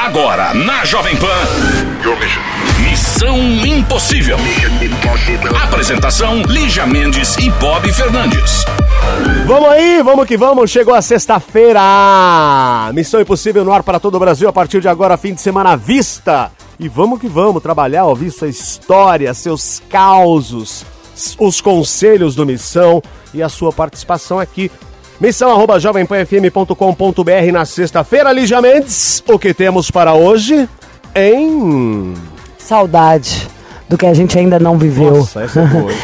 Agora, na Jovem Pan, Missão Impossível. Apresentação, Lígia Mendes e Bob Fernandes. Vamos aí, vamos que vamos, chegou a sexta-feira. Missão Impossível no ar para todo o Brasil, a partir de agora, fim de semana à vista. E vamos que vamos trabalhar, ouvir sua história, seus causos, os conselhos do Missão e a sua participação aqui. missão@jovempanfm.com.br na sexta-feira. Lígia Mendes, o que temos para hoje? Saudade do que a gente ainda não viveu. Nossa, essa é boa, hein?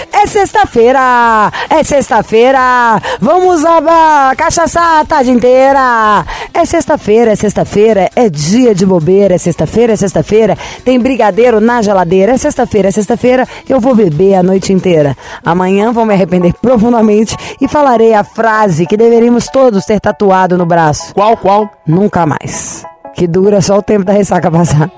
É sexta-feira, vamos cachaçar a tarde inteira. É sexta-feira, é dia de bobeira, é sexta-feira, tem brigadeiro na geladeira, é sexta-feira, eu vou beber a noite inteira. Amanhã vou me arrepender profundamente e falarei a frase que deveríamos todos ter tatuado no braço. Qual? Nunca mais. Que dura só o tempo da ressaca passar.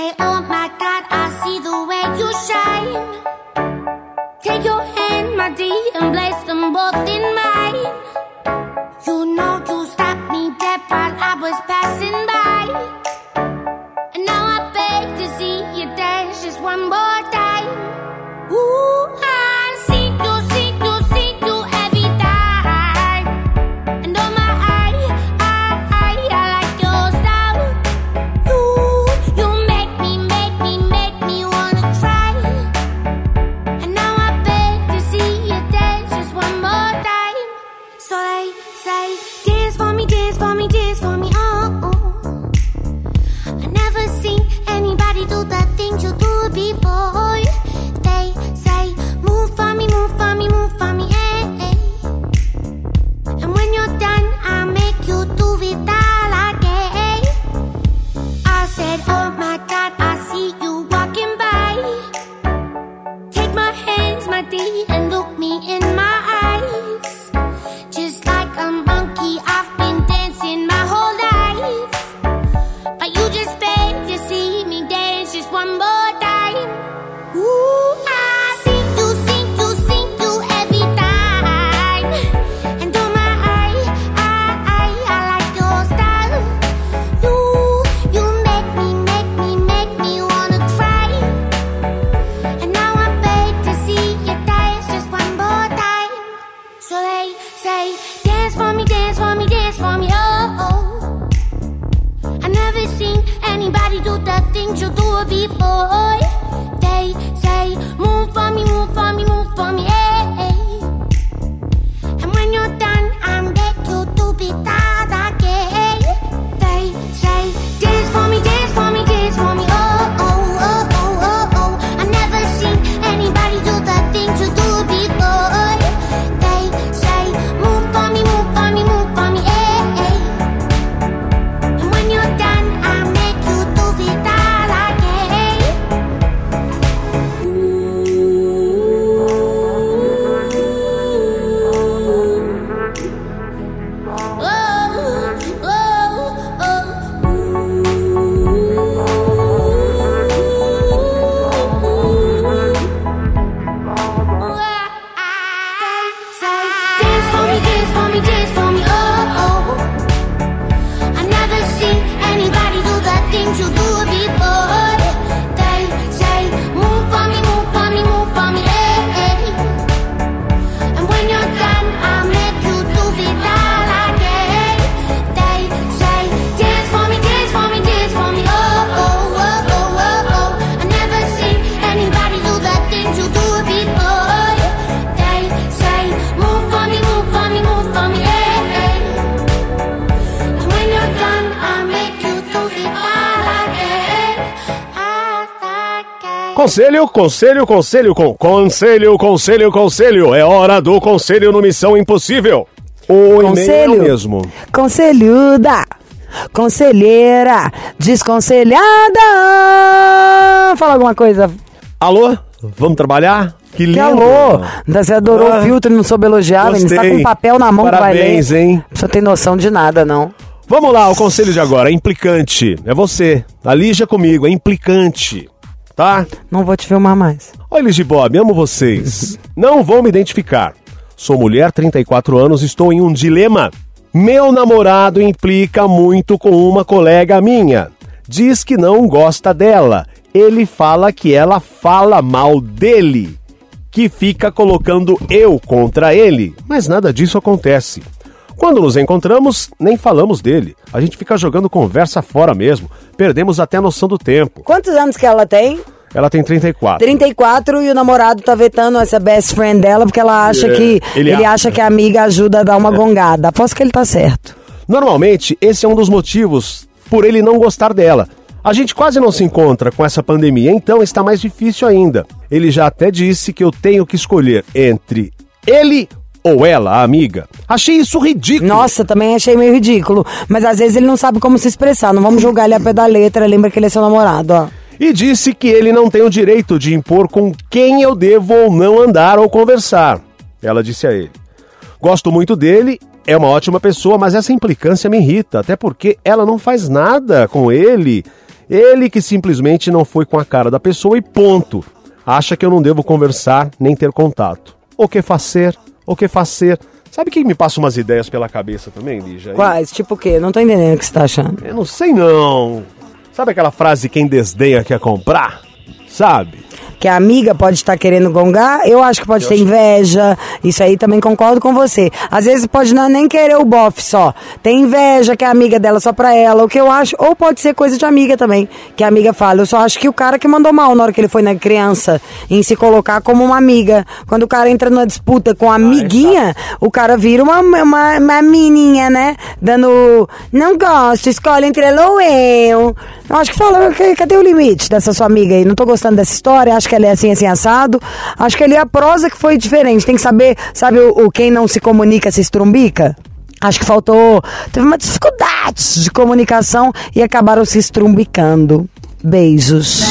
Take your hand, my dear, and place them both in mine. You know you stopped me dead while I was passing by. And now I beg to see you dance just one more time. Ooh, I see you every time. And oh my, I like your style. You make me wanna cry. And now see you dance just one more time. So they say, dance for me, oh, oh. I never seen anybody do the things you do before. They say, move for me, eh, eh. And when you're done, I'll make you do it all again. I said, oh my God, I see you walking by. Take my hands, my dear, and look me in my eyes. Just like a monkey, I've been dancing my whole life. But you just beg to see me dance just one more time. Ooh, I see you every time. And oh my, I like your style. You make me wanna cry. And now I beg to see you dance just one more time. So they say, dance for me, oh, oh. I never seen anybody do the things you do before. They say, move for me, eh, eh. And when you're done, I'm back you to be that again. They say, dance for me, oh, oh, oh, oh, oh, oh. I never seen anybody do the things you do before. They say, move for me, eh, eh. And when you're done, I'll make you do it all again. Oh, oh, oh, dance for me, oh, oh. I never seen anybody do the things you do before. They say, move for me, eh, eh. And when you're done, I'll make you do it all again. They say, dance for me, oh, oh, oh, oh, oh, oh. I never seen anybody do the things you do before. They say, move for me, eh, eh. And when you're done, I'll make you do it all again. Conselho. É hora do conselho no Missão Impossível. O e-mail mesmo. Conselhuda, conselheira, desconselhada. Fala alguma coisa. Alô? Vamos trabalhar? Que lindo. Que alô? Você adorou o filtro e não soube elogiar. Você está com um papel na mão. Parabéns, que vai ler. Hein? Você não tem noção de nada, não. Vamos lá, o conselho de agora. É implicante. É você. A Lígia comigo. É implicante. Tá? Não vou te filmar mais. Oi, Lígia e Bob. Amo vocês. Não vou me identificar. Sou mulher, 34 anos. Estou em um dilema. Meu namorado implica muito com uma colega minha. Diz que não gosta dela. Ele fala que ela fala mal dele, que fica colocando eu contra ele, mas nada disso acontece. Quando nos encontramos, nem falamos dele. A gente fica jogando conversa fora mesmo. Perdemos até a noção do tempo. Quantos anos que ela tem? Ela tem 34. 34 e o namorado tá vetando essa best friend dela porque ela acha que ele acha que a amiga ajuda a dar uma gongada. Aposto que ele tá certo. Normalmente, esse é um dos motivos por ele não gostar dela. A gente quase não se encontra com essa pandemia, então está mais difícil ainda. Ele já até disse que eu tenho que escolher entre ele ou ela, a amiga. Achei isso ridículo. Nossa, também achei meio ridículo. Mas às vezes ele não sabe como se expressar. Não vamos julgar ele a pé da letra. Lembra que ele é seu namorado, ó. E disse que ele não tem o direito de impor com quem eu devo ou não andar ou conversar. Ela disse a ele: gosto muito dele, é uma ótima pessoa, mas essa implicância me irrita, até porque ela não faz nada com ele. Ele que simplesmente não foi com a cara da pessoa e ponto. Acha que eu não devo conversar nem ter contato. O que fazer? O que fazer? Sabe que me passa umas ideias pela cabeça também, Lígia? Quais? Tipo o quê? Não tô entendendo o que você tá achando. Eu não sei não. Sabe aquela frase, quem desdenha quer comprar? Sabe? Que a amiga pode estar querendo gongar, eu acho que pode ter inveja, isso aí também concordo com você. Às vezes pode não nem querer o bofe só, tem inveja que é amiga dela só pra ela, o que eu acho, ou pode ser coisa de amiga também, que a amiga fala, eu só acho que o cara que mandou mal na hora que ele foi na criança, em se colocar como uma amiga, quando o cara entra numa disputa com a amiguinha, o cara vira uma menininha, né, dando, não gosto, escolhe entre ela ou eu acho que fala, cadê o limite dessa sua amiga aí, não tô gostando dessa história, acho que ela é assim assado. Acho que ali a prosa que foi diferente. Tem que saber, sabe o quem não se comunica se estrumbica? Acho que faltou, teve uma dificuldade de comunicação e acabaram se estrumbicando. Beijos.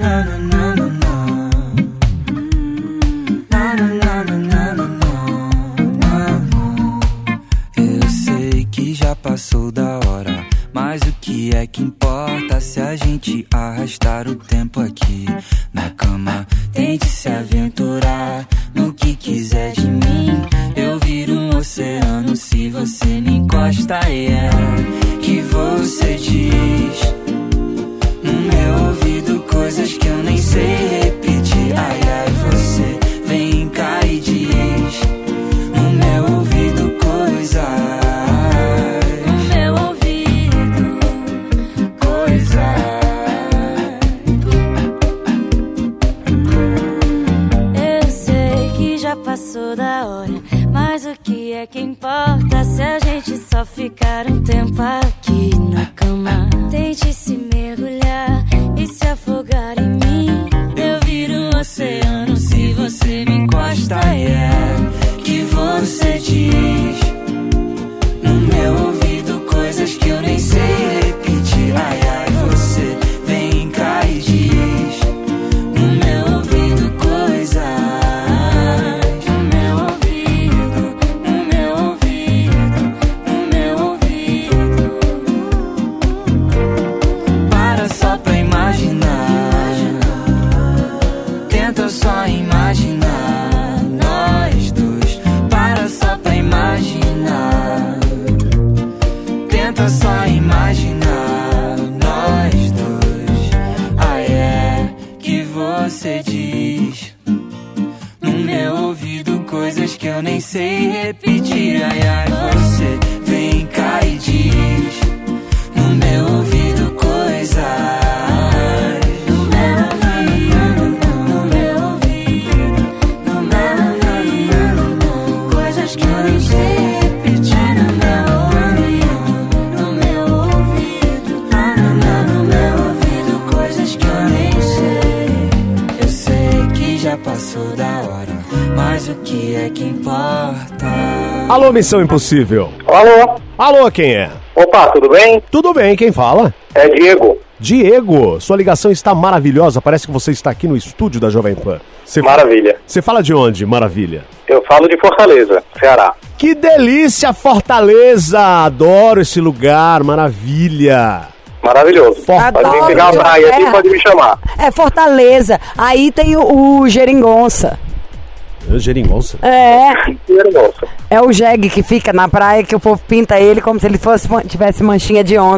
Eu sei que já passou da hora, mas o que é que importa se a gente arrastar o tempo aqui na cama? Tente se aventurar no que quiser de mim. Eu viro um oceano se você me encosta. E é que você diz no meu ouvido coisas que eu nem sei repetir. Ai, ai, você vem cá e diz no meu ouvido coisas. Passou da hora, mas o que é que importa se a gente só ficar um tempo aqui na cama? Tente se mergulhar e se afogar em mim. Eu viro um oceano se você me encosta. E é que você diz no meu ouvido coisas que eu nem sei repetir. Ai, ai, você vem cá e diz no meu ouvido coisas. Só imaginar nós dois. Para só pra imaginar. Tenta só imaginar nós dois. Ai, é que você diz no meu ouvido coisas que eu nem sei repetir. Ai, ai, você vem cá e diz no meu ouvido coisas. Passou da hora, mas o que é que importa? Alô, Missão Impossível. Alô? Alô, quem é? Opa, tudo bem? Tudo bem, quem fala? É Diego. Diego, sua ligação está maravilhosa, parece que você está aqui no estúdio da Jovem Pan. Maravilha. Você fala de onde, Maravilha? Eu falo de Fortaleza, Ceará. Que delícia, Fortaleza! Adoro esse lugar, maravilha! Maravilhoso. Adoro, pode vir pegar a praia aqui, pode me chamar. É Fortaleza. Aí tem o Geringonça. Geringonça? É. Geringonça. É o jegue que fica na praia que o povo pinta ele como se ele tivesse manchinha de onça.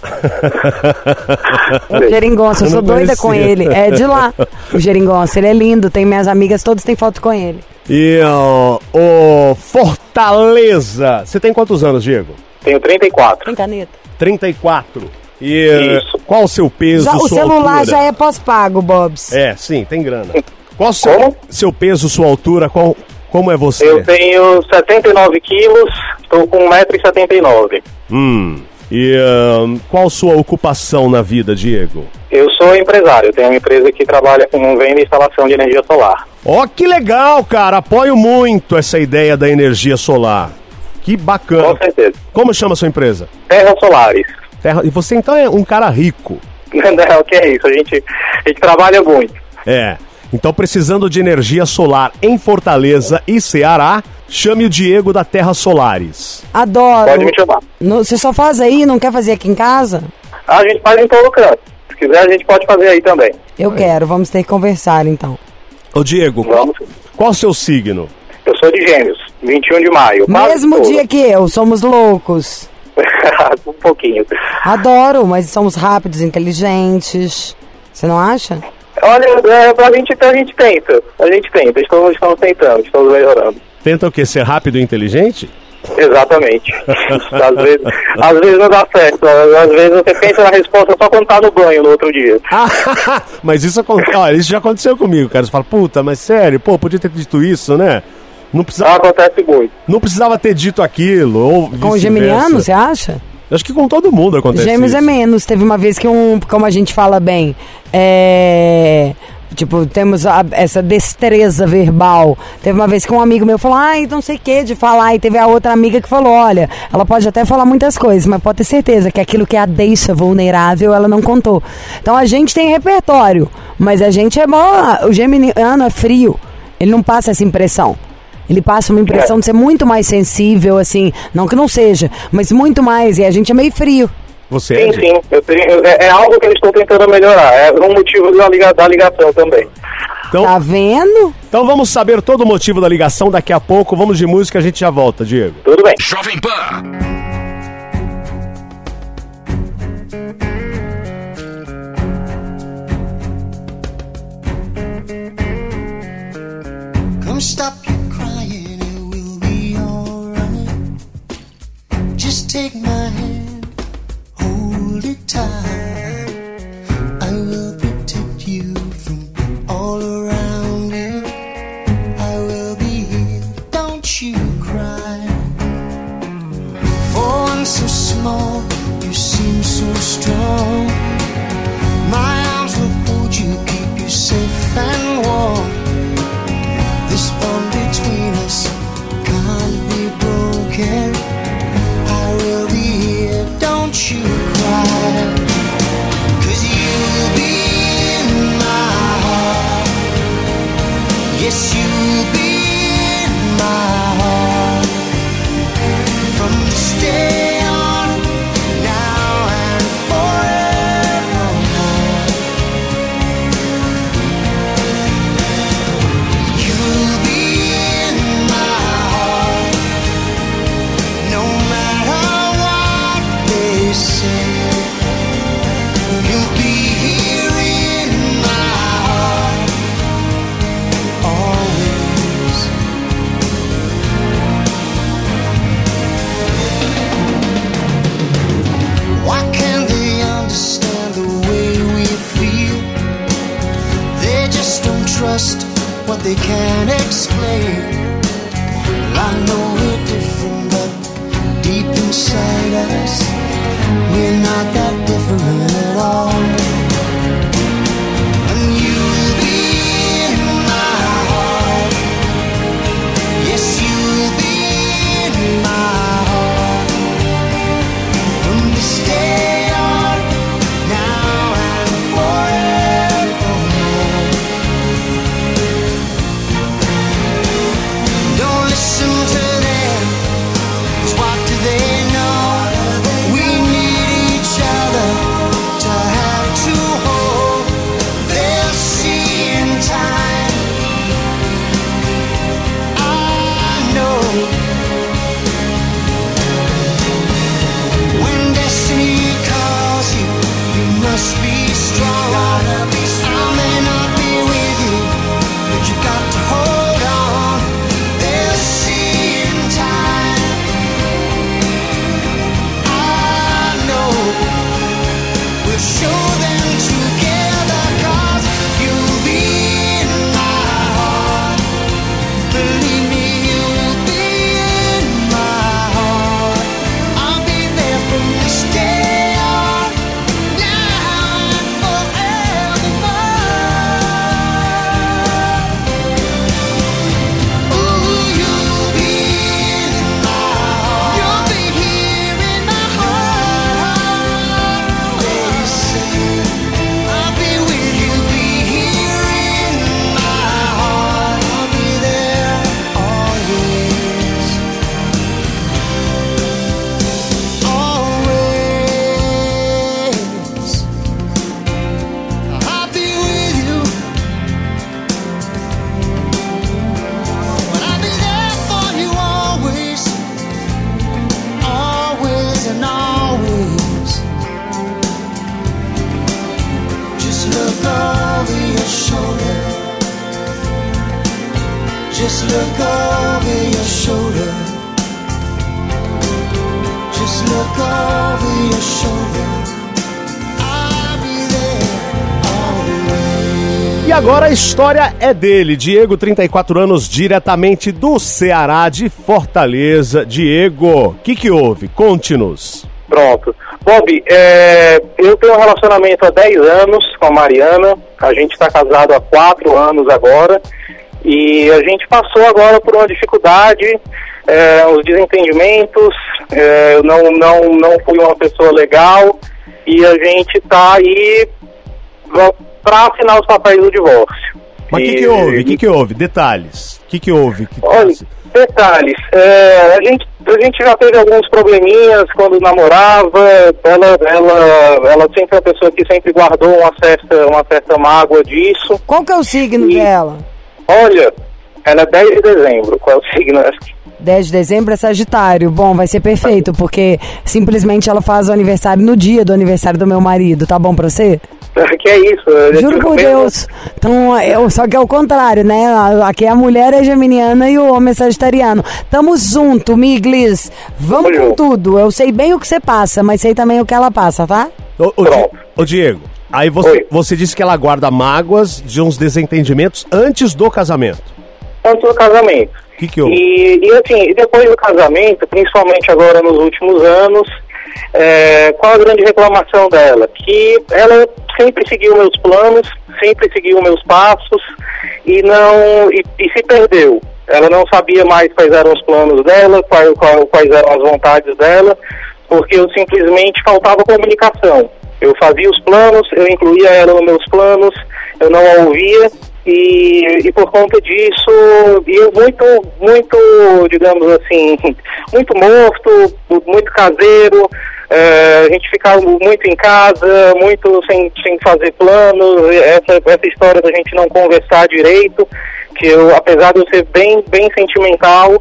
O Geringonça, eu sou não doida conhecia. com ele. É de lá. O Geringonça, ele é lindo. Tem minhas amigas, todas têm foto com ele. E o Fortaleza. Você tem quantos anos, Diego? Tenho 34. Tem caneta? 34. E Isso. qual o seu peso, Já, o sua celular altura? já é pós-pago, Bobs. É, sim, tem grana. Qual o seu, Como? seu peso, sua altura, como é você? Eu tenho 79 quilos, estou com 1,79 m. E qual sua ocupação na vida, Diego? Eu sou empresário, eu tenho uma empresa que trabalha com venda e instalação de energia solar. Ó, que legal, cara. Apoio muito essa ideia da energia solar. Que bacana. Com certeza. Como chama a sua empresa? Terra Solares. E você então é um cara rico. Não, o que é isso? A gente trabalha muito. É. Então, precisando de energia solar em Fortaleza e Ceará, chame o Diego da Terra Solares. Adoro. Pode me chamar. Você só faz aí, não quer fazer aqui em casa? A gente faz em todo canto. Se quiser, a gente pode fazer aí também. Eu quero, vamos ter que conversar então. Ô, Diego, Vamos. qual o seu signo? Eu sou de Gêmeos, 21 de maio. Mesmo dia que eu, somos loucos. Um pouquinho. Adoro, mas somos rápidos, inteligentes. Você não acha? Olha, a gente tenta. A gente tenta. Estamos tentando, estamos melhorando. Tenta o quê? Ser rápido e inteligente? Exatamente. às vezes não dá certo. Às vezes você pensa na resposta só quando tá no banho no outro dia. Mas isso já aconteceu comigo, cara. Você fala, puta, mas sério, pô, podia ter dito isso, né? Não precisava, Acontece muito. não precisava ter dito aquilo, ou Com o geminiano, você acha? Acho que com todo mundo acontece Gêmeos isso. é menos. Teve uma vez que como a gente fala bem, tipo, temos essa destreza verbal. Teve uma vez que um amigo meu falou, ai, não sei o que de falar. E teve a outra amiga que falou, olha, ela pode até falar muitas coisas, mas pode ter certeza que aquilo que a deixa vulnerável, ela não contou. Então a gente tem repertório, mas a gente o geminiano é frio. Ele não passa essa impressão. Ele passa uma impressão de ser muito mais sensível, assim, não que não seja, mas muito mais, e a gente é meio frio. Você Sim, é? sim. É algo que eu estou tentando melhorar. É um motivo da ligação também. Então, Tá vendo? então vamos saber todo o motivo da ligação daqui a pouco. Vamos de música, a gente já volta, Diego. Tudo bem. Jovem Pan. Come stop your crying, it will be alright. Just take my hand, hold it tight. I will protect you from all around you. I will be here, don't you cry. For one so small, you seem so strong. My arms will hold you, keep you safe and warm. This bond between us can't be broken. I will be here, don't you cry. 'Cause you'll be in my heart. Yes, you'll be in my heart. From this day on, now and forevermore. You'll be in my heart, no matter what they say. You'll be here in my heart, always. Why can't they understand the way we feel? They just don't trust what they can't explain. Well, I know we're different, but deep inside us, we're not that different at all. And you'll be in my heart. Yes, you'll be in my heart. From this day on, now and forevermore. look over your shoulder. Just look over your shoulder. I'll be there always. E agora a história é dele, Diego, 34 anos, diretamente do Ceará, de Fortaleza. Diego, o que houve? Conte-nos. Pronto. Bob, eu tenho um relacionamento há 10 anos com a Mariana. A gente está casado há 4 anos agora. E a gente passou agora por uma dificuldade, uns desentendimentos. Eu não fui uma pessoa legal. E a gente está aí para assinar os papéis do divórcio. Mas o que houve? O que houve? Detalhes. O que houve? Olha, detalhes. A gente já teve alguns probleminhas quando namorava. Ela sempre é uma pessoa que sempre guardou uma certa mágoa disso. Qual que é o signo dela? Olha, ela é 10 de dezembro. Qual é o signo? 10 de dezembro é Sagitário. Bom, vai ser perfeito, porque simplesmente ela faz o aniversário no dia do aniversário do meu marido. Tá bom pra você? Que é isso? Juro por Deus. Então, só que é o contrário, né? Aqui a mulher é geminiana e o homem é sagitariano. Tamo junto, Miglis. Vamos com tudo. Eu sei bem o que você passa, mas sei também o que ela passa, tá? Ô Diego, aí você disse que ela guarda mágoas de uns desentendimentos antes do casamento. Antes do casamento. O que houve? E assim, depois do casamento, principalmente agora nos últimos anos, qual a grande reclamação dela? Que ela sempre seguiu meus planos, sempre seguiu meus passos e se perdeu. Ela não sabia mais quais eram os planos dela, quais eram as vontades dela, porque eu simplesmente faltava comunicação. Eu fazia os planos, eu incluía ela nos meus planos, eu não a ouvia. E por conta disso, eu muito, digamos assim, muito morto, muito caseiro, a gente ficava muito em casa, muito sem fazer planos, essa história da gente não conversar direito, que eu, apesar de eu ser bem sentimental,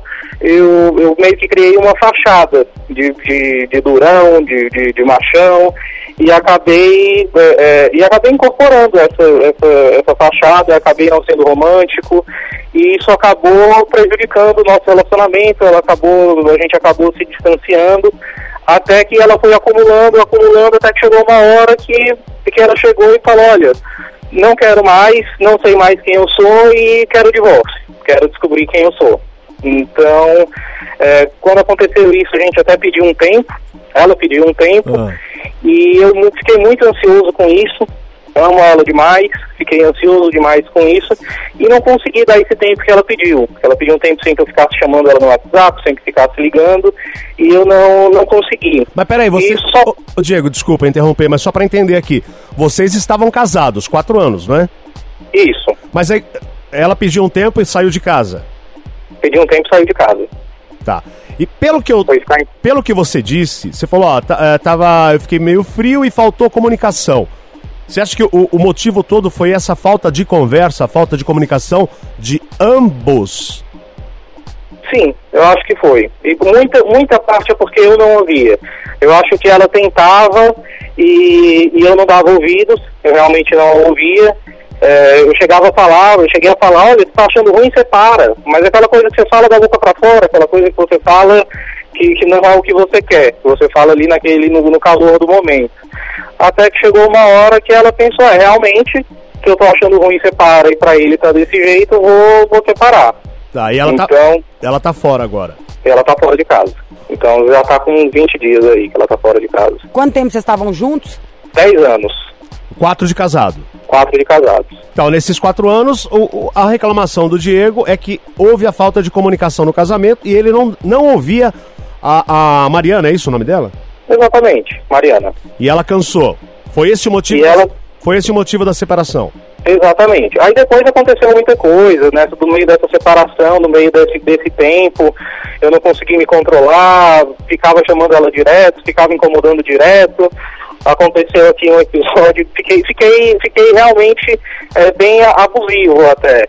eu meio que criei uma fachada de durão, de machão, e acabei incorporando essa fachada, acabei não sendo romântico, e isso acabou prejudicando o nosso relacionamento, a gente acabou se distanciando, até que ela foi acumulando, até que chegou uma hora que ela chegou e falou, olha, não quero mais, não sei mais quem eu sou e quero o divórcio, quero descobrir quem eu sou. Então, quando aconteceu isso, a gente até pediu um tempo, ela pediu um tempo, e eu fiquei muito ansioso com isso, amo ela demais, fiquei ansioso demais com isso, e não consegui dar esse tempo que ela pediu. Ela pediu um tempo sem que eu ficasse chamando ela no WhatsApp, sem que ficasse ligando, e eu não consegui. Mas peraí, você... Ô, Diego, desculpa interromper, mas só pra entender aqui, vocês estavam casados, 4 anos, não é? Isso. Mas aí, ela pediu um tempo e saiu de casa? Pediu um tempo e saiu de casa. Tá. E pelo que você disse, você falou, eu fiquei meio frio e faltou comunicação. Você acha que o motivo todo foi essa falta de conversa, falta de comunicação de ambos? Sim, eu acho que foi. E muita parte é porque eu não ouvia. Eu acho que ela tentava e eu não dava ouvidos, eu realmente não ouvia. Eu cheguei a falar, olha, você tá achando ruim, você para. Mas é aquela coisa que você fala da boca pra fora, aquela coisa que você fala que não é o que você quer. Você fala ali no calor do momento. Até que chegou uma hora que ela pensou, realmente, se eu tô achando ruim, você para, e pra ele tá desse jeito, eu vou separar. Tá, e ela tá fora agora? Ela tá fora de casa. Então já tá com 20 dias aí que ela tá fora de casa. Quanto tempo vocês estavam juntos? 10 anos. 4 de casado? 4 de casados. Então, nesses 4 anos, a reclamação do Diego é que houve a falta de comunicação no casamento e ele não ouvia a Mariana, é isso o nome dela? Exatamente, Mariana. E ela cansou. Foi esse o motivo? Foi esse o motivo da separação? Exatamente. Aí depois aconteceu muita coisa, né? No meio dessa separação, no meio desse tempo, eu não consegui me controlar, ficava chamando ela direto, ficava incomodando direto. Aconteceu aqui um episódio, fiquei realmente bem abusivo até.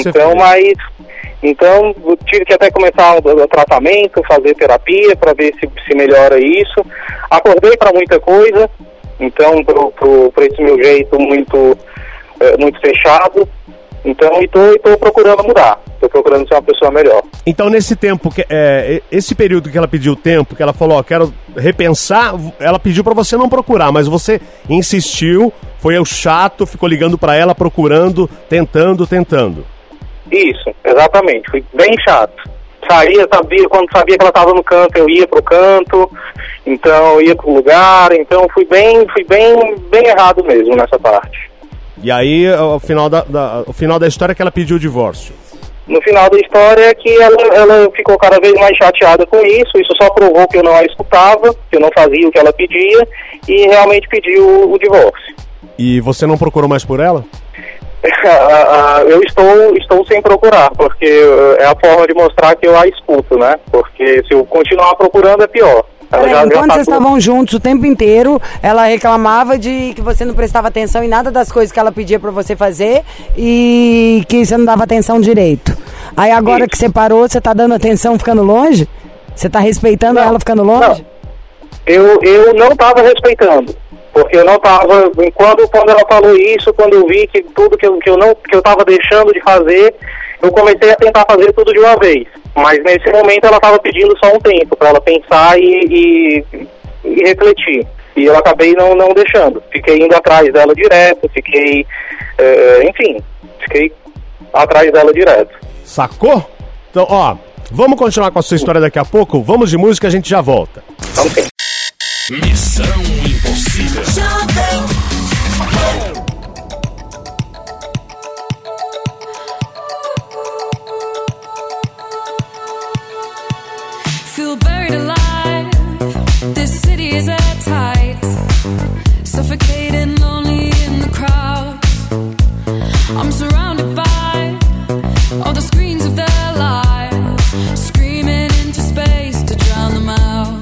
Então eu tive que até começar o tratamento, fazer terapia para ver se melhora isso. Acordei para muita coisa, então por esse meu jeito muito fechado. Então estou procurando mudar. Tô procurando ser uma pessoa melhor. Então, nesse tempo, esse período que ela pediu tempo, que ela falou, ó, quero repensar, ela pediu pra você não procurar, mas você insistiu, foi o chato, ficou ligando pra ela, procurando, tentando. Isso, exatamente. Fui bem chato. Quando sabia que ela estava no canto, eu ia pro canto, então eu ia pro lugar, então fui bem errado mesmo nessa parte. E aí, o final da história é que ela pediu o divórcio. No final da história é que ela ficou cada vez mais chateada com isso só provou que eu não a escutava, que eu não fazia o que ela pedia, e realmente pediu o divórcio. E você não procurou mais por ela? Eu estou sem procurar, porque é a forma de mostrar que eu a escuto, né? Porque se eu continuar procurando é pior. Enquanto vocês estavam juntos o tempo inteiro, ela reclamava de que você não prestava atenção em nada das coisas que ela pedia pra você fazer e que você não dava atenção direito. Aí agora que você parou, você tá dando atenção ficando longe? Você tá respeitando ela ficando longe? Não. Eu não tava respeitando. Porque eu não tava, quando ela falou isso, quando eu vi que tudo que eu tava deixando de fazer, eu comecei a tentar fazer tudo de uma vez. Mas nesse momento ela tava pedindo só um tempo para ela pensar e refletir. E eu acabei não deixando. Fiquei indo atrás dela direto, fiquei atrás dela direto. Sacou? Então, ó, vamos continuar com a sua história daqui a pouco? Vamos de música, a gente já volta. Vamos sim. Missão Impossível. Feel buried alive. This city is at tight. Suffocating, lonely in the crowd. I'm surrounded by all the screens of their lives, screaming into space to drown them out.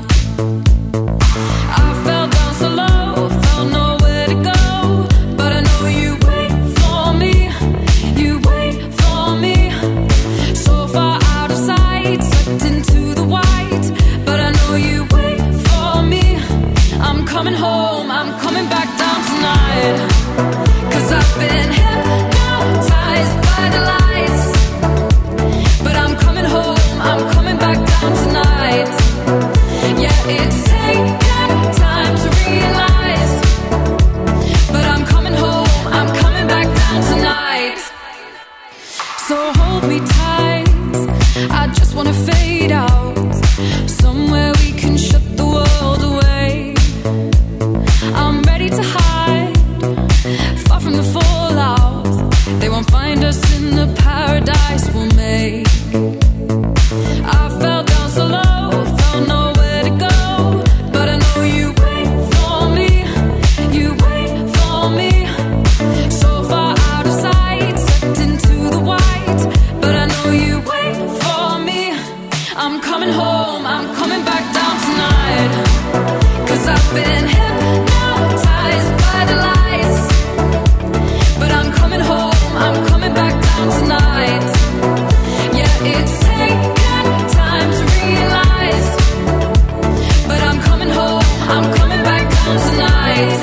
I fell down so low, felt nowhere to go, but I know you wait for me, you wait for me. So far out of sight, sucked into the white, but I know you wait for me. I'm coming home, I'm coming back down tonight, 'cause I've been hypnotized by the lights, but I'm coming home, I'm coming back down tonight. Yeah, it's taken time to realize, but I'm coming home, I'm coming back down tonight. So hold me tight, I just wanna fade out, somewhere we can shut the world away. I'm ready to hide, far from the fallout. They won't find us in the paradise we'll make. I fell down so low, felt nowhere to go, but I know you wait for me, you wait for me. So far out of sight, sucked into the white, but I know you wait for me. I'm coming home, I'm coming back down tonight, 'cause I've been hypnotized by the lights, but I'm coming home, I'm coming back down tonight. Yeah, it's taken time to realize, but I'm coming home, I'm coming back down tonight.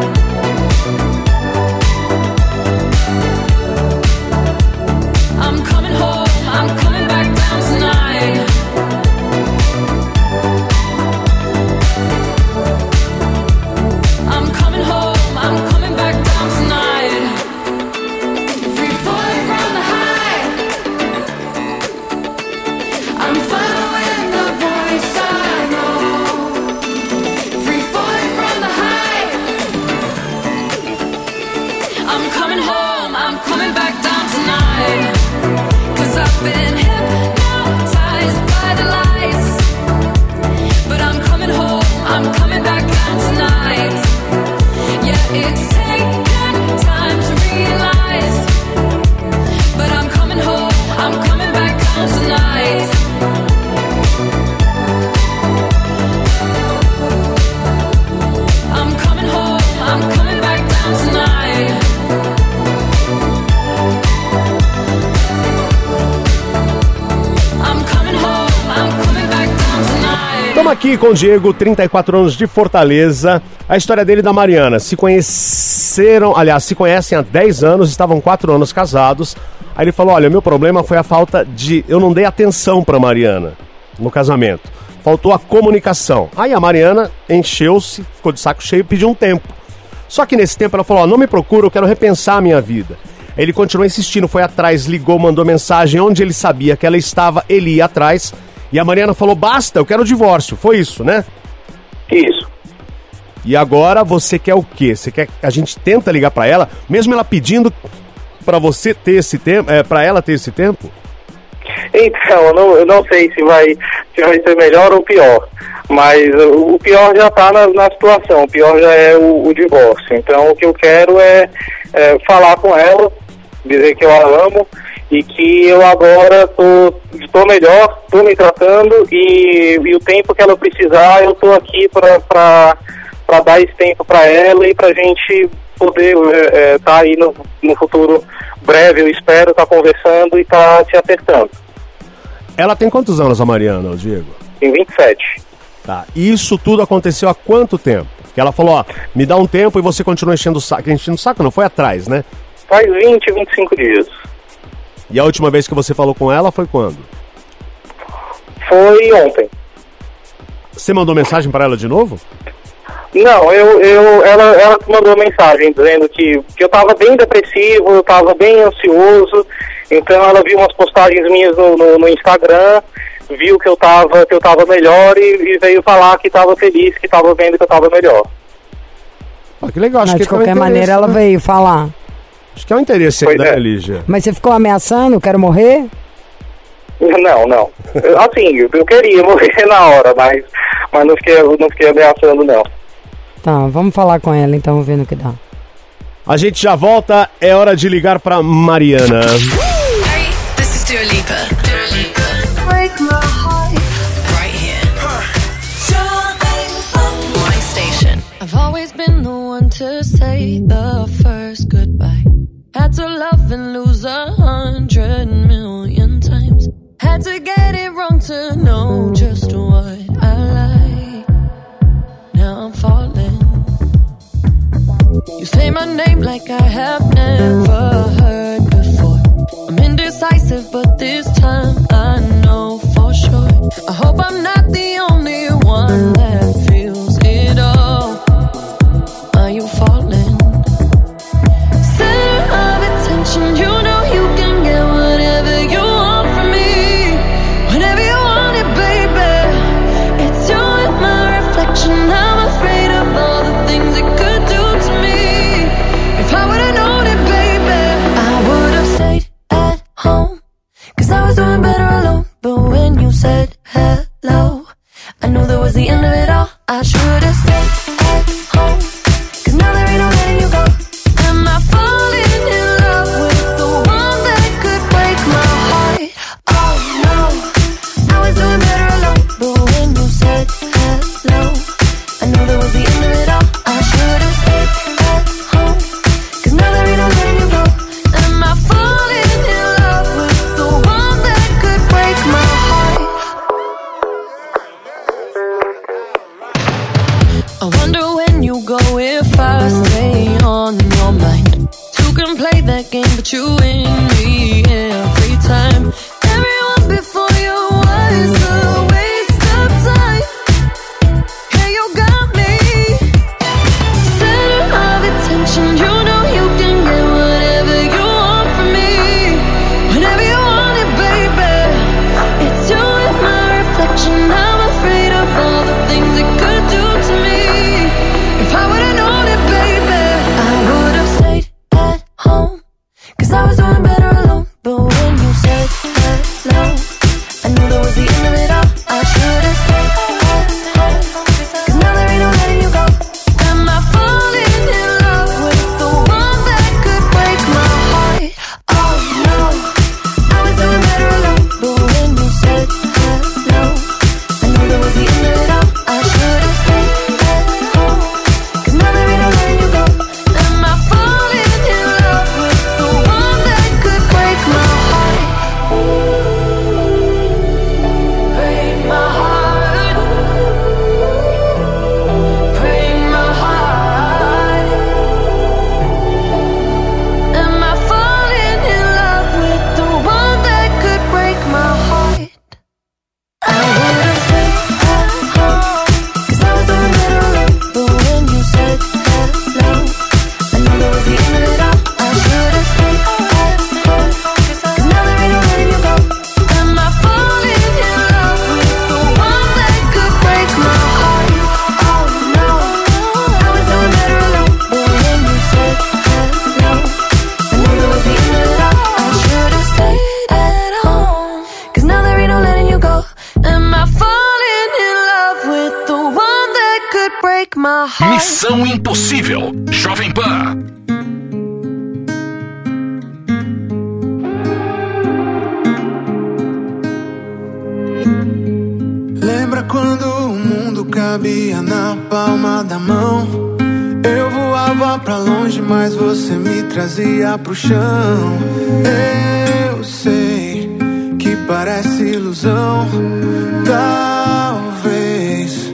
I'm coming home, I'm coming back down tonight. I'm coming home, I'm coming back down tonight. Free falling from the high, I'm following the voice I know. Free falling from the high, I'm coming home, I'm coming back down tonight, 'cause I've been hypnotized by the lights, but I'm coming home, I'm coming back down tonight. Yeah, it's taken time to realize, but I'm coming home, I'm coming back down tonight. I'm coming home, I'm coming back down tonight. I'm coming home, I'm coming back down tonight. Estamos aqui com o Diego, 34 anos, de Fortaleza. A história dele e da Mariana. Se conhecem há 10 anos, estavam 4 anos casados. Aí ele falou, olha, meu problema foi a falta de... Eu não dei atenção pra Mariana no casamento. Faltou a comunicação. Aí a Mariana encheu-se, ficou de saco cheio e pediu um tempo. Só que nesse tempo ela falou, ó, não me procura, eu quero repensar a minha vida. Ele continuou insistindo, foi atrás, ligou, mandou mensagem, onde ele sabia que ela estava, ele ia atrás. E a Mariana falou, basta, eu quero o divórcio. Foi isso, né? Isso. E agora você quer o quê? Você quer que a gente tenta ligar pra ela, mesmo ela pedindo pra você ter esse tempo, pra ela ter esse tempo? Então, eu não sei se vai ser melhor ou pior, mas o pior já está na situação, o pior já é o divórcio. Então, o que eu quero é falar com ela, dizer que eu a amo e que eu agora tô melhor, tô me tratando e o tempo que ela precisar, eu tô aqui para dar esse tempo para ela e pra gente poder tá aí no futuro breve, eu espero, tá conversando e tá se acertando. Ela tem quantos anos, a Mariana, Diego? Tem 27. Tá. E isso tudo aconteceu há quanto tempo? Que ela falou, ó, me dá um tempo e você continua enchendo o saco. Enchendo o saco não, foi atrás, né? Faz 20, 25 dias. E a última vez que você falou com ela foi quando? Foi ontem. Você mandou mensagem pra ela de novo? Não, ela mandou mensagem dizendo que eu tava bem depressivo, eu tava bem ansioso, então ela viu umas postagens minhas no Instagram, viu que eu tava melhor e veio falar que tava feliz, que tava vendo que eu tava melhor. Pô, que legal, acho Mas que de qualquer maneira ela veio falar. Acho que é um interesse aí, né, Lígia? Mas você ficou ameaçando, quero morrer? Não. Assim, eu queria morrer na hora, mas não fiquei ameaçando, não. Tá, vamos falar com ela então, vendo o que dá. A gente já volta, é hora de ligar pra Mariana. Hey, this is Dua Lipa. Break my heart. Right here. My station. I've always been the one to say the first goodbye. Had to love and lose 100 million times. Had to get it wrong to know just what I like. Now I'm falling. You say my name like I have never heard before. I'm indecisive, but this time I know for sure. I hope I'm not the only one that feels it all. Are you falling? Center of attention, you know you can get whatever you want from me. Whenever you want it, baby. It's you and my reflection. I'm afraid of all the things it could do to me. If I would've known it, baby, I would've stayed at home. 'Cause I was doing better alone. But when you said hello, I knew that was the end of it all. I should've stayed at home. 'Cause now there ain't no letting you go. Am I falling in love with the one that could break my heart? Oh no, I was doing better alone. But when you said hello, I knew that was the end of it all. I should've stayed at home. 'Cause now there ain't no letting you go. Am I falling in love with the one that could break my heart? I wonder when you go if I stay on your mind. Two can play that game, but you win me every time. Everyone before you was a waste of time. Yeah, you got me. Center of attention, you know you can get whatever you want from me. Whenever you want it, baby. It's you and my reflection. I'm afraid of all the things it could do to me. If I would've known it, baby, I would've stayed at home. 'Cause I was doing better alone. Missão Impossível. Jovem Pan. Lembra quando o mundo cabia na palma da mão? Eu voava pra longe, mas você me trazia pro chão. Eu sei que parece ilusão, talvez.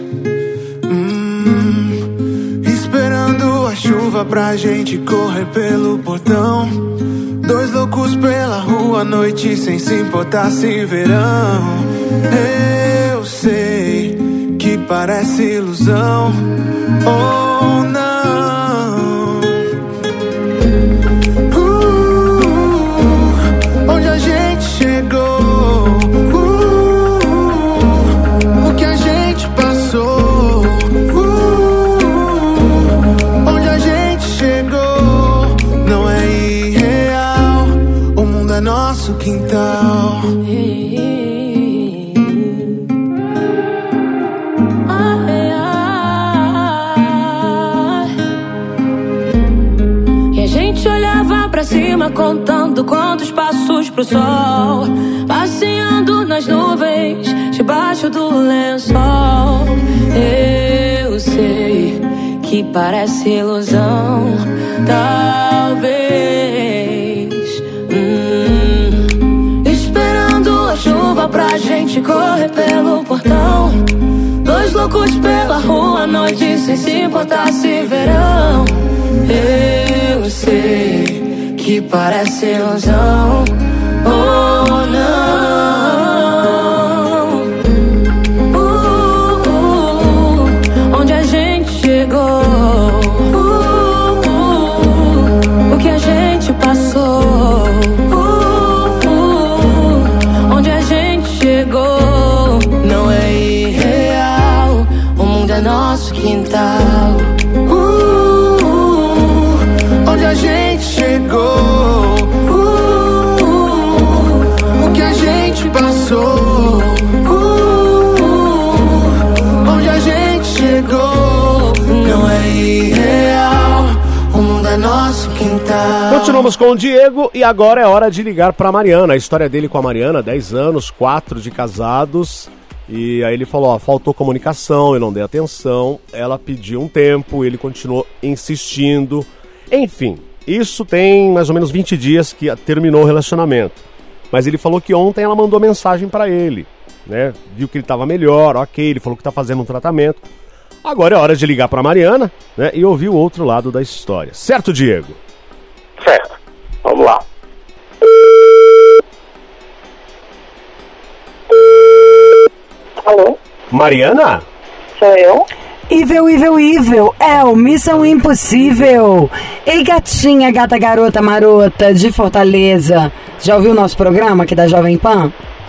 Esperando a chuva pra gente correr pelo portão. Dois loucos pela rua à noite sem se importar se verão. Eu sei que parece ilusão ou não. Onde a gente chegou, o que a gente passou, onde a gente chegou, não é irreal, o mundo é nosso quintal. Pra cima, contando quantos passos pro sol, passeando nas nuvens, debaixo do lençol. Eu sei que parece ilusão, talvez. Esperando a chuva pra gente correr pelo portão. Dois loucos pela rua à noite sem se importar se verão. Eu sei que parece ilusão ou não. Onde a gente chegou, o que a gente passou, onde a gente chegou, não é irreal, o mundo é nosso quintal. Onde a gente chegou, o que a gente passou, onde a gente chegou, não é irreal, o mundo é nosso quintal. Continuamos com o Diego e agora é hora de ligar pra Mariana. A história dele com a Mariana, 10 anos, 4 de casados. E aí ele falou, ó, faltou comunicação, eu não dei atenção. Ela pediu um tempo, ele continuou insistindo. Enfim, isso tem mais ou menos 20 dias que terminou o relacionamento. Mas ele falou que ontem ela mandou mensagem pra ele, né? Viu que ele tava melhor, ok, ele falou que tá fazendo um tratamento. Agora é hora de ligar pra Mariana, né? E ouvir o outro lado da história. Certo, Diego? Certo. Vamos lá. Alô? Mariana? Sou eu? Ivel, é o Missão Impossível. Ei, gatinha, gata, garota, marota de Fortaleza. Já ouviu o nosso programa aqui da Jovem Pan?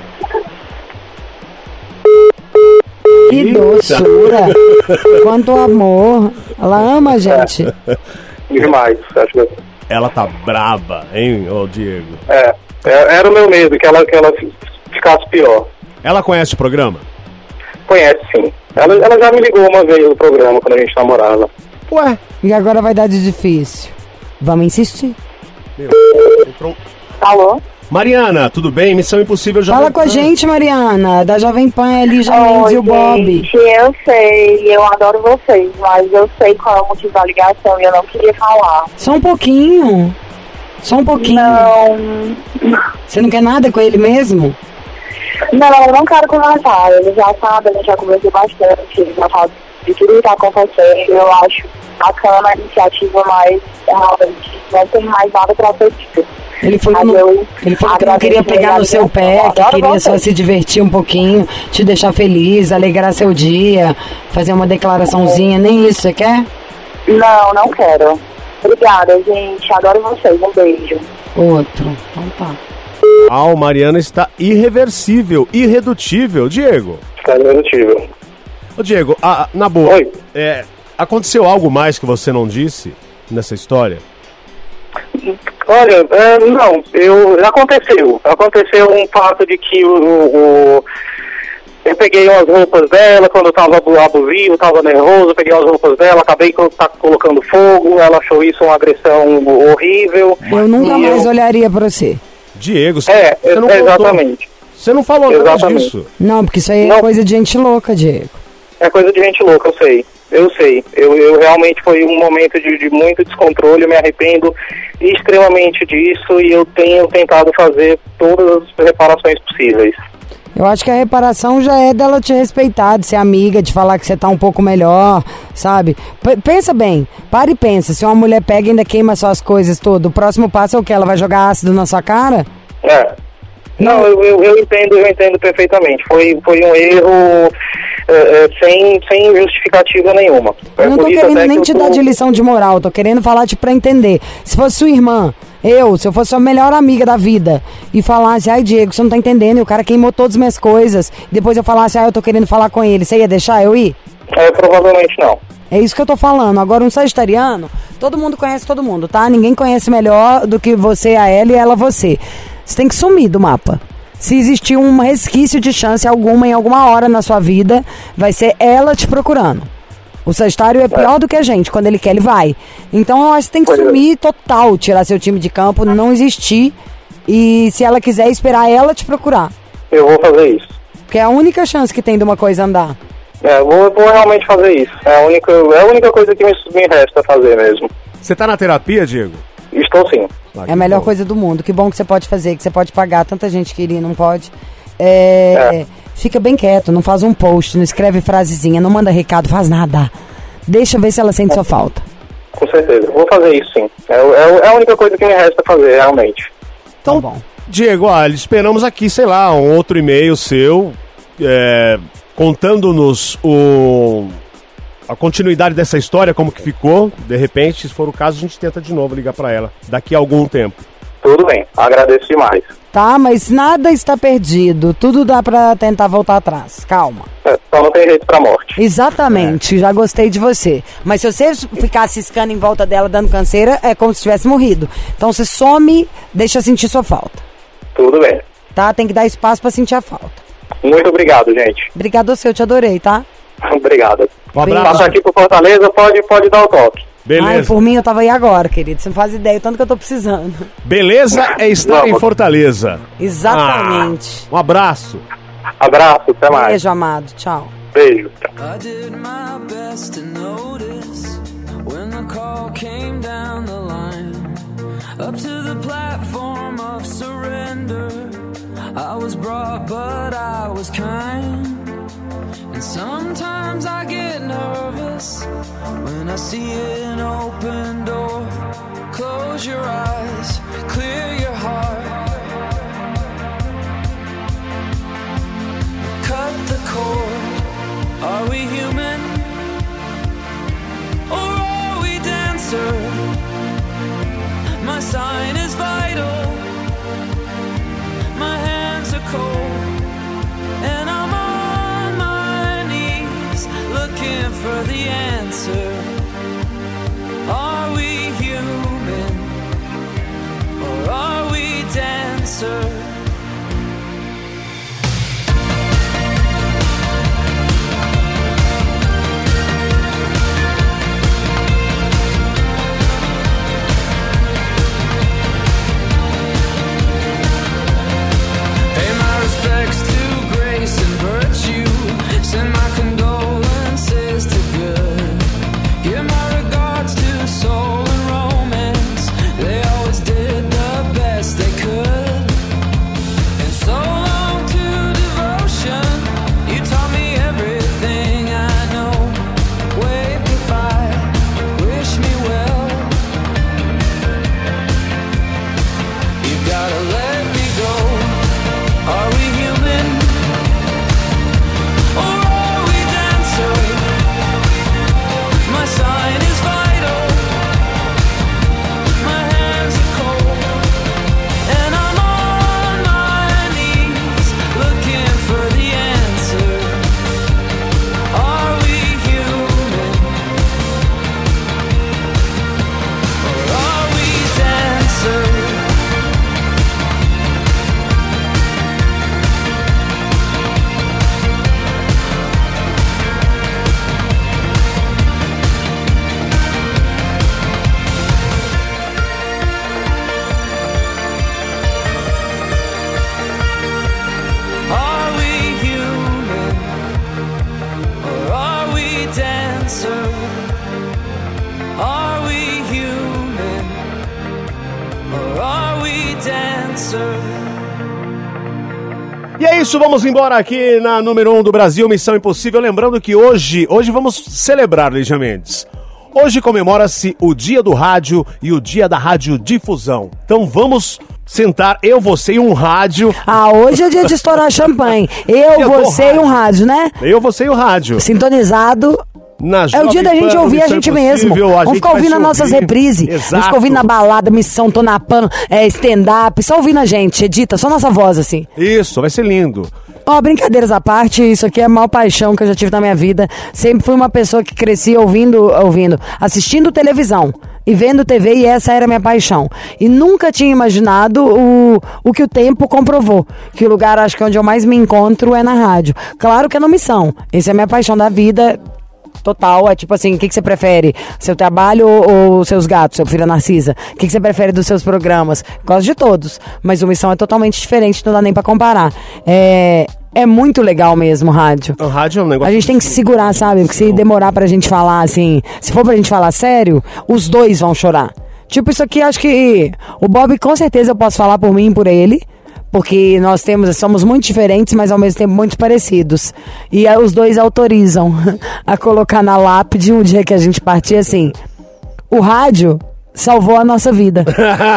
Que doçura. Quanto amor. Ela ama a gente. Demais, acho que... Ela tá braba, hein, ô Diego? Era o meu medo, que ela ficasse pior. Ela conhece o programa? Conhece, sim. Ela já me ligou uma vez no programa, quando a gente namorava. Ué? E agora vai dar de difícil. Vamos insistir. Entrou... Alô? Mariana, tudo bem? Missão Impossível já... Fala com a gente, Mariana, da Jovem Pan, Elija Mendes e o Bob. Gente, eu sei, eu adoro vocês, mas eu sei qual é o motivo da ligação e eu não queria falar. Só um pouquinho. Não. Você não quer nada com ele mesmo? Não, eu não quero conversar. Ele já sabe, a gente já conversou bastante, ele já sabe de tudo que tá acontecendo. Eu acho bacana a iniciativa, mas realmente não tem mais nada pra ser dito. Ele falou que não queria pegar no seu pé, que queria só se divertir um pouquinho, te deixar feliz, alegrar seu dia, fazer uma declaraçãozinha. Nem isso você quer? Não quero. Obrigada, gente. Adoro vocês. Um beijo. Outro. Então tá. O Mariana está irreversível, irredutível. Diego. Está irredutível. Ô Diego, na boa. Oi. Aconteceu algo mais que você não disse nessa história? Olha, não, aconteceu um fato de que Eu peguei umas roupas dela quando eu tava abusivo, tava nervoso, peguei as roupas dela, acabei colocando fogo, ela achou isso uma agressão horrível. Eu nunca mais olharia pra você. Diego, você não contou. Exatamente. Você não falou nada disso. Não, porque isso aí é coisa de gente louca, Diego. É coisa de gente louca, eu sei. Eu realmente foi um momento de muito descontrole, eu me arrependo extremamente disso e eu tenho tentado fazer todas as reparações possíveis. Eu acho que a reparação já é dela te respeitar, de ser amiga, de falar que você tá um pouco melhor, sabe? Pensa bem, para e pensa, se uma mulher pega e ainda queima suas coisas todas, o próximo passo é o quê? Ela vai jogar ácido na sua cara? Não, eu entendo perfeitamente. Foi um erro sem justificativa nenhuma. Eu não tô querendo nem te dar de lição de moral, tô querendo falar pra entender. Se fosse sua irmã, se eu fosse sua melhor amiga da vida e falasse, ai Diego, você não tá entendendo, e o cara queimou todas as minhas coisas, e depois eu falasse, eu tô querendo falar com ele, você ia deixar eu ir? Provavelmente não. É isso que eu tô falando. Agora, um sagitariano, todo mundo conhece todo mundo, tá? Ninguém conhece melhor do que você a ela e ela você. Você tem que sumir do mapa. Se existir um resquício de chance alguma em alguma hora na sua vida, vai ser ela te procurando. O Sagitário é pior do que a gente. Quando ele quer, ele vai. Então, eu acho que tem que sumir total, tirar seu time de campo, não existir. E se ela quiser, esperar ela te procurar. Eu vou fazer isso. Porque é a única chance que tem de uma coisa andar. Vou realmente fazer isso. É a única coisa que me resta fazer mesmo. Você tá na terapia, Diego? Estou sim. É a melhor coisa do mundo. Que bom que você pode fazer, que você pode pagar. Tanta gente que iria não pode. Fica bem quieto, não faz um post, não escreve frasezinha, não manda recado, faz nada. Deixa ver se ela sente sua falta. Com certeza, vou fazer isso sim. É a única coisa que me resta fazer, realmente. Então, bom. Diego, esperamos aqui, sei lá, um outro e-mail seu, contando-nos a continuidade dessa história, como que ficou. De repente, se for o caso, a gente tenta de novo ligar pra ela daqui a algum tempo. Tudo bem, agradeço demais. Tá, mas nada está perdido. Tudo dá pra tentar voltar atrás. Calma. Só não tem jeito pra morte. Exatamente, já gostei de você. Mas se você ficar ciscando em volta dela, dando canseira, é como se tivesse morrido. Então você some, deixa sentir sua falta. Tudo bem. Tá, tem que dar espaço pra sentir a falta. Muito obrigado, gente. Obrigado a você, eu te adorei, tá? Obrigado. Um abraço. Passa aqui pro Fortaleza, pode dar o toque. Beleza. Ai, por mim eu tava aí agora, querido. Você não faz ideia, o tanto que eu tô precisando. Beleza é estar em Fortaleza. Exatamente. Um abraço. Abraço, até mais. Beijo, amado. Tchau. Beijo. I did my best to notice when the call came down the line. Up to the platform of surrender. I was brought, but I was kind. And sometimes I get nervous when I see an open door. Close your eyes, clear your heart. Cut the cord. Are we human? Or are we dancer? My sign is vital. My hands are cold. And I'm on my knees looking for the answer. Are we human? answer. E é isso, vamos embora aqui na número 1 do Brasil, Missão Impossível. Lembrando que hoje vamos celebrar, Lígia Mendes. Hoje comemora-se o Dia do Rádio e o Dia da Radiodifusão. Então vamos sentar, eu, você e um rádio. Ah, hoje é dia de estourar champanhe. Eu, você e um rádio, né? Eu, você e o rádio. Sintonizado. Na É o dia da gente ouvir a gente mesmo. Vamos ficar ouvindo as nossas reprises. A gente fica ouvindo na balada, Missão, Tô na Pano, stand-up, só ouvindo a gente, edita, só nossa voz, assim. Isso, vai ser lindo. Ó, brincadeiras à parte, isso aqui é a maior paixão que eu já tive na minha vida. Sempre fui uma pessoa que cresci assistindo televisão e vendo TV, e essa era a minha paixão. E nunca tinha imaginado o que o tempo comprovou. Que o lugar, acho que onde eu mais me encontro é na rádio. Claro que é no Missão. Essa é a minha paixão da vida. Total, é tipo assim, o que você prefere? Seu trabalho ou seus gatos? Eu prefiro a Narcisa. O que você prefere dos seus programas? Gosto de todos, mas o Missão é totalmente diferente, não dá nem pra comparar. É muito legal mesmo o rádio. O rádio é um negócio... A gente tem que se segurar, sabe? Porque se demorar pra gente falar assim, se for pra gente falar sério, os dois vão chorar. Tipo, isso aqui, acho que o Bob, com certeza eu posso falar por mim e por ele. Porque nós somos muito diferentes, mas ao mesmo tempo muito parecidos. E os dois autorizam a colocar na lápide um dia que a gente partir assim. O rádio salvou a nossa vida.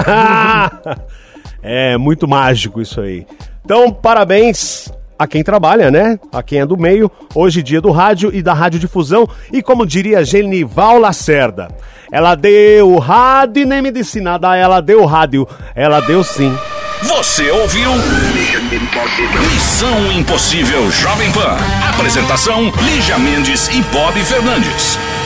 É muito mágico isso aí. Então, parabéns a quem trabalha, né? A quem é do meio. Hoje, dia do rádio e da radiodifusão. E como diria Genival Lacerda, ela deu o rádio e nem me disse nada. Ela deu o rádio. Ela deu sim. Você ouviu Missão Impossível Jovem Pan. Apresentação: Lígia Mendes e Bob Fernandes.